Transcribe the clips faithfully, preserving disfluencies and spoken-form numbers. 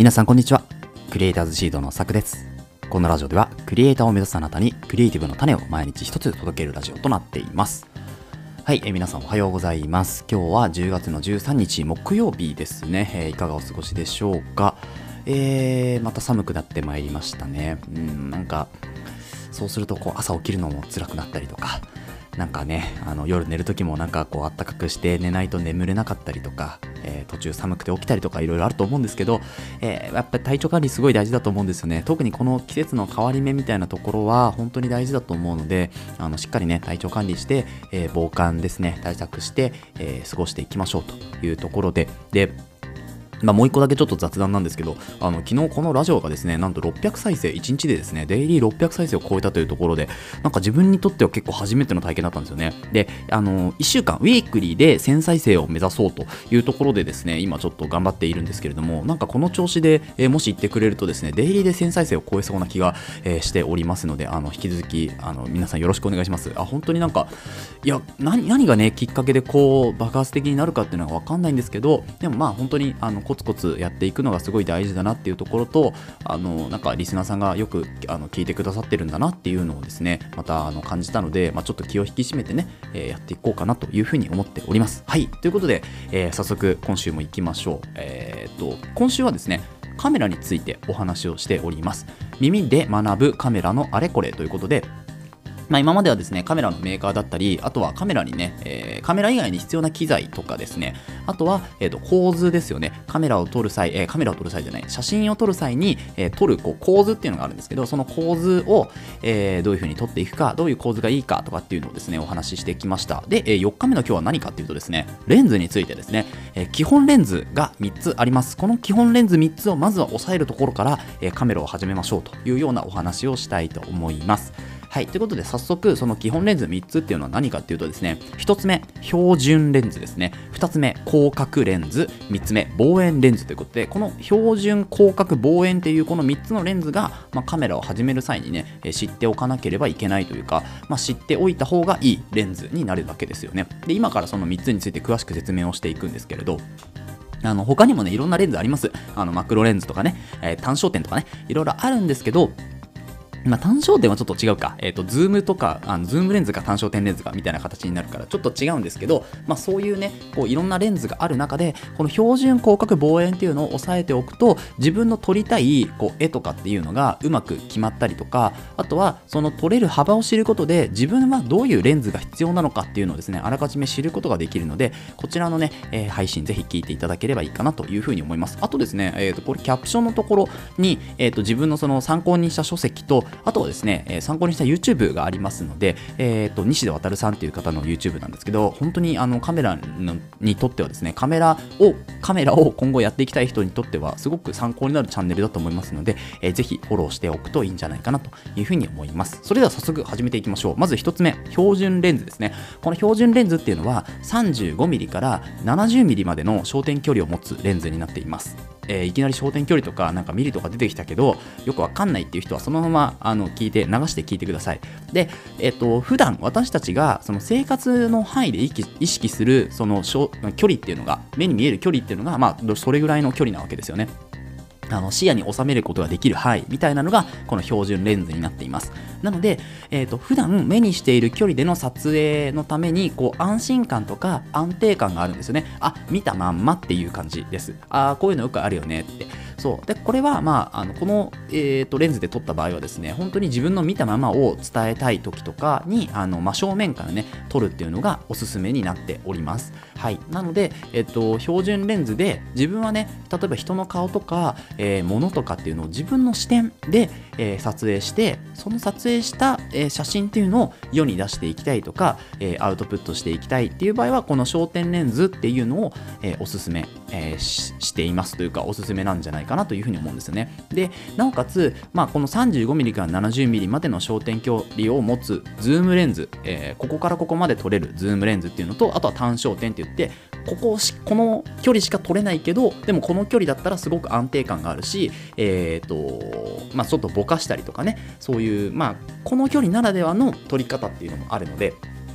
皆さんこんにちは。クリエイターズシードのさくです。このラジオではクリエイターを目指すあなたにクリエイティブの種を毎日一つ届けるラジオとなっています。はい、え皆さんおはようございます。今日はじゅうがつのじゅうさんにち木曜日ですね。えー、いかがお過ごしでしょうか。えー、また寒くなってまいりましたね。うんなんかそうするとこう朝起きるのも辛くなったりとか、なんかね、あの夜寝る時もなんかこうあったかくして寝ないと眠れなかったりとか、えー、途中寒くて起きたりとかいろいろあると思うんですけど、えー、やっぱり体調管理すごい大事だと思うんですよね。特にこの季節の変わり目みたいなところは本当に大事だと思うので、あのしっかりね体調管理して、えー、防寒ですね対策して、えー、過ごしていきましょうというところで、でまあ、もう一個だけちょっと雑談なんですけど、あの昨日このラジオがですね、なんとろっぴゃくさいせい、いちにちでですね、デイリーろっぴゃくさいせいを超えたというところで、なんか自分にとっては結構初めての体験だったんですよね。で、あのいっしゅうかんウィークリーでせんさいせいを目指そうというところでですね、今ちょっと頑張っているんですけれども、なんかこの調子で、えー、もし言ってくれるとですね、デイリーでせんさいせいを超えそうな気が、えー、しておりますので、あの引き続きあの皆さんよろしくお願いします。あ、本当になんかいや何何がねきっかけでこう爆発的になるかっていうのが分かんないんですけど、でもまあ本当にあのコツコツやっていくのがすごい大事だなっていうところと、あのなんかリスナーさんがよくあの聞いてくださってるんだなっていうのをですね、またあの感じたので、まあ、ちょっと気を引き締めてね、えー、やっていこうかなというふうに思っております。はい、ということで、えー、早速今週も行きましょう。えー、っと今週はですね、カメラについてお話をしております。耳で学ぶカメラのあれこれということで、まあ、今まではですねカメラのメーカーだったり、あとはカメラにね、えー、カメラ以外に必要な機材とかですね、あとは、えー、と構図ですよね。カメラを撮る際、えー、カメラを撮る際じゃない写真を撮る際に、えー、撮るこう構図っていうのがあるんですけど、その構図を、えー、どういう風に撮っていくか、どういう構図がいいかとかっていうのをですねお話ししてきました。で、えー、よっかめの今日は何かっていうとですね、レンズについてですね、えー、基本レンズがみっつあります。この基本レンズみっつをまずは押さえるところから、えー、カメラを始めましょうというようなお話をしたいと思います。はい、ということで早速その基本レンズみっつっていうのは何かっていうとですね、ひとつめ標準レンズですね、ふたつめ広角レンズ、みっつめ望遠レンズということで、この標準広角望遠っていうこのみっつのレンズが、まあ、カメラを始める際にね知っておかなければいけないというか、まあ、知っておいた方がいいレンズになるわけですよね。で、今からそのみっつについて詳しく説明をしていくんですけれど、あの他にもねいろんなレンズあります。あのマクロレンズとかね、えー、単焦点とかね、いろいろあるんですけど、まあ、単焦点はちょっと違うか、えーと、ズームとかあのズームレンズか単焦点レンズかみたいな形になるからちょっと違うんですけど、まあ、そういうねこういろんなレンズがある中で、この標準広角望遠っていうのを押さえておくと、自分の撮りたいこう絵とかっていうのがうまく決まったりとか、あとはその撮れる幅を知ることで自分はどういうレンズが必要なのかっていうのをですねあらかじめ知ることができるので、こちらのね、えー、配信ぜひ聞いていただければいいかなというふうに思います。あとですね、えーとこれキャプションのところに、えーと自分のその参考にした書籍と、あとはですね参考にした YouTube がありますので、えー、と西出渉さんという方の YouTube なんですけど、本当にあのカメラにとってはですね、カメラをカメラを今後やっていきたい人にとってはすごく参考になるチャンネルだと思いますので、えー、ぜひフォローしておくといいんじゃないかなというふうに思います。それでは早速始めていきましょう。まずひとつめ、標準レンズですね。この標準レンズっていうのは さんじゅうごミリ から ななじゅうミリ までの焦点距離を持つレンズになっています。えー、いきなり焦点距離とかなんかミリとか出てきたけどよくわかんないっていう人はそのままあの聞いて流して聞いてください。で、えっと普段私たちがその生活の範囲で意識するその距離っていうのが、目に見える距離っていうのがまあそれぐらいの距離なわけですよね。あの視野に収めることができる範囲みたいなのがこの標準レンズになっています。なので、えーと、普段目にしている距離での撮影のためにこう安心感とか安定感があるんですよね。あ、見たまんまっていう感じです。あ、こういうのよくあるよねって。そうで、これは、まあ、あのこの、えーと、レンズで撮った場合はですね、本当に自分の見たままを伝えたい時とかにあの、真正面からね撮るっていうのがおすすめになっております。はい、なので、えーと、標準レンズで自分はね、例えば人の顔とか、えー、物とかっていうのを自分の視点で、えー、撮影して、その撮影した、えー、写真っていうのを世に出していきたいとか、えー、アウトプットしていきたいっていう場合はこの焦点レンズっていうのを、えー、おすすめ、えー、し, していますというかおすすめなんじゃないかなというふうに思うんですよね。で、なおかつ、まあ、この さんじゅうごミリ から ななじゅうミリ までの焦点距離を持つズームレンズ、えー、ここからここまで撮れるズームレンズっていうのと、あとは単焦点って言ってここしこの距離しか撮れないけど、でもこの距離だったらすごく安定感があるし、えーとまあ、ちょっとぼかしたりとかね、そういう、まあ、この距離ならではの撮り方っていうのもあるので、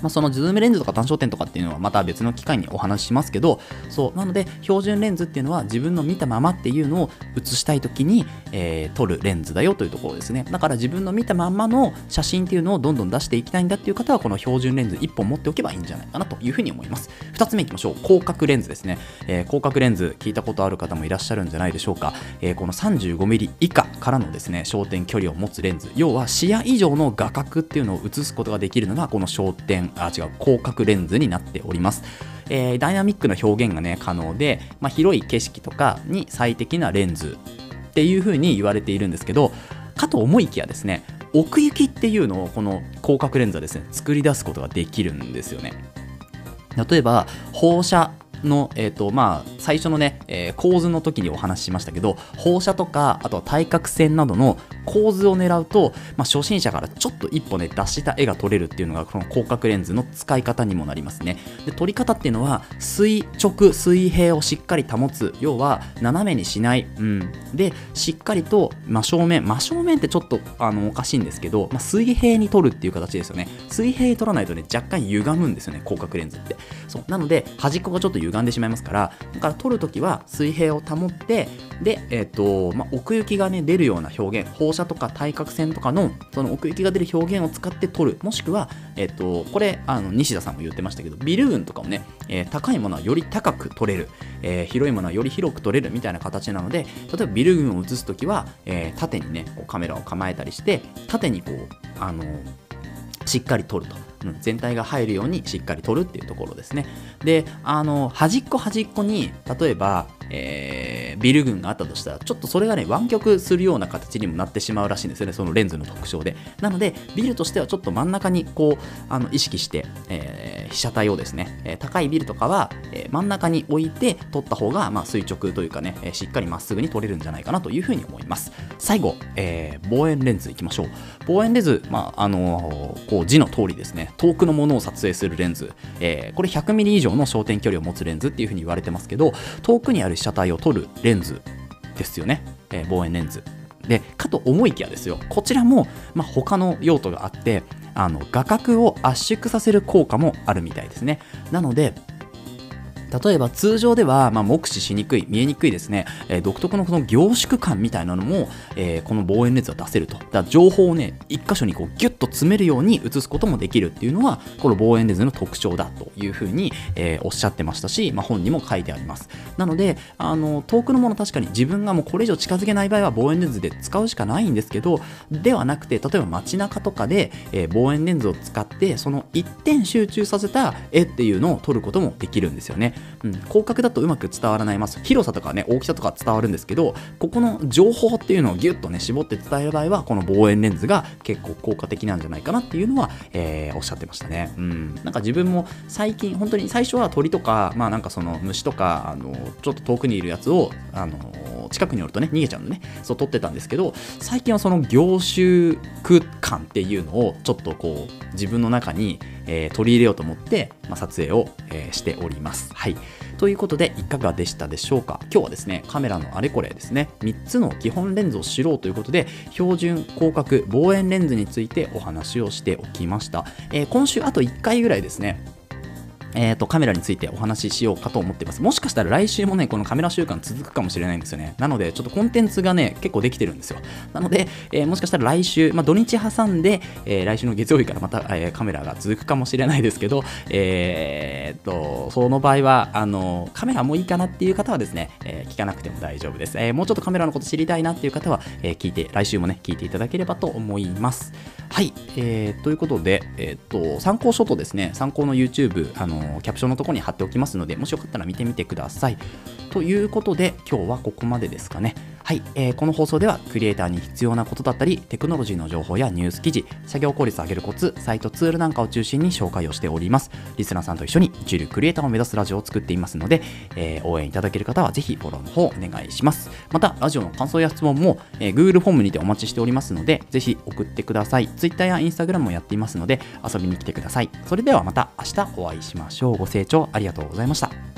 まあ、そのズームレンズとか単焦点とかっていうのはまた別の機会にお話ししますけど、そうなので標準レンズっていうのは自分の見たままっていうのを写したいときに、えー、撮るレンズだよというところですね。だから自分の見たまんまの写真っていうのをどんどん出していきたいんだっていう方はこの標準レンズいっぽん持っておけばいいんじゃないかなというふうに思います。ふたつめいきましょう。広角レンズですね、えー、広角レンズ聞いたことある方もいらっしゃるんじゃないでしょうか。えー、この さんじゅうごミリ 以下からのですね焦点距離を持つレンズ、要は視野以上の画角っていうのを映すことができるのがこの焦点あ違う広角レンズになっております。えー、ダイナミックな表現がね可能で、まあ、広い景色とかに最適なレンズっていう風に言われているんですけど、かと思いきやですね奥行きっていうのをこの広角レンズはですね作り出すことができるんですよね。例えば放射の、えーとまあ、最初のね、えー、構図の時にお話ししましたけど、放射とかあとは対角線などの構図を狙うと、まあ、初心者からちょっと一歩ね出した絵が撮れるっていうのがこの広角レンズの使い方にもなりますね。で撮り方っていうのは垂直水平をしっかり保つ、要は斜めにしない、うん、でしっかりと真正面真正面ってちょっとあのおかしいんですけど、まあ、水平に撮るっていう形ですよね。水平に撮らないとね若干歪むんですよね広角レンズって。そうなので端っこがちょっと歪んでしまいますから、だから撮るときは水平を保ってで、えーとまあ、奥行きが、ね、出るような表現、放射とか対角線とかのその奥行きが出る表現を使って撮る、もしくは、えーとこれあの西田さんも言ってましたけどビル群とかもね、えー、高いものはより高く撮れる、えー、広いものはより広く撮れるみたいな形なので、例えばビル群を映すときは、えー、縦にねこうカメラを構えたりして縦にこうあのしっかり撮ると、うん、全体が入るようにしっかり撮るっていうところですね。であの端っこ端っこに例えば、えー、ビル群があったとしたらちょっとそれがね湾曲するような形にもなってしまうらしいんですよね、そのレンズの特徴で。なのでビルとしてはちょっと真ん中にこうあの意識して、えー、被写体をですね、えー、高いビルとかは、えー、真ん中に置いて撮った方が、まあ、垂直というかね、えー、しっかりまっすぐに撮れるんじゃないかなというふうに思います。最後、えー、望遠レンズいきましょう。望遠レンズ、まああのー、こう字の通りですね、遠くのものを撮影するレンズ、えー、これ ひゃくミリ 以上の焦点距離を持つレンズっていうふうに言われてますけど、遠くにある被写体を撮るレンズですよね、えー、望遠レンズで、かと思いきやですよ、こちらも、まあ、他の用途があってあの画角を圧縮させる効果もあるみたいですね。なので例えば通常では、まあ、目視しにくい見えにくいですね、えー、独特のこの凝縮感みたいなのも、えー、この望遠レンズは出せると。だから情報をね一箇所にこうギュッと詰めるように映すこともできるっていうのはこの望遠レンズの特徴だというふうに、えー、おっしゃってましたし、まあ、本にも書いてあります。なのであの遠くのもの確かに自分がもうこれ以上近づけない場合は望遠レンズで使うしかないんですけど、ではなくて例えば街中とかで、えー、望遠レンズを使ってその一点集中させた絵っていうのを撮ることもできるんですよね。うん、広角だとうまく伝わらないます。広さとかね大きさとか伝わるんですけど、ここの情報っていうのをギュッとね絞って伝える場合はこの望遠レンズが結構効果的なんじゃないかなっていうのは、えー、おっしゃってましたね。うん、なんか自分も最近本当に最初は鳥とかまあなんかその虫とかあのちょっと遠くにいるやつをあの近くにおるとね逃げちゃうのね、そう撮ってたんですけど、最近はその凝縮感っていうのをちょっとこう自分の中に、えー、取り入れようと思って、まあ、撮影を、えー、しております。はい。ということでいかがでしたでしょうか。今日はですねカメラのあれこれですねみっつの基本レンズを知ろうということで標準広角望遠レンズについてお話をしておきました。えー、今週あといっかいぐらいですねえーとカメラについてお話ししようかと思っています。もしかしたら来週もねこのカメラ週間続くかもしれないんですよね。なのでちょっとコンテンツがね結構できてるんですよ。なので、えー、もしかしたら来週、まあ、土日挟んで、えー、来週の月曜日からまた、えー、カメラが続くかもしれないですけど、えー、とその場合はあのカメラもいいかなっていう方はですね、えー、聞かなくても大丈夫です。えー、もうちょっとカメラのこと知りたいなっていう方は、えー、聞いて来週もね聞いていただければと思います。はい、えー、ということで、えー、と参考書とですね参考の YouTube あのキャプションのところに貼っておきますので、もしよかったら見てみてください。ということで今日はここまでですかね。はい、えー、この放送ではクリエイターに必要なことだったりテクノロジーの情報やニュース記事、作業効率を上げるコツ、サイトツールなんかを中心に紹介をしております。リスナーさんと一緒に一流クリエイターを目指すラジオを作っていますので、えー、応援いただける方はぜひフォローの方お願いします。またラジオの感想や質問も、えー、Google フォームにてお待ちしておりますのでぜひ送ってください。 Twitter や Instagram もやっていますので遊びに来てください。それではまた明日お会いしましょう。ご清聴ありがとうございました。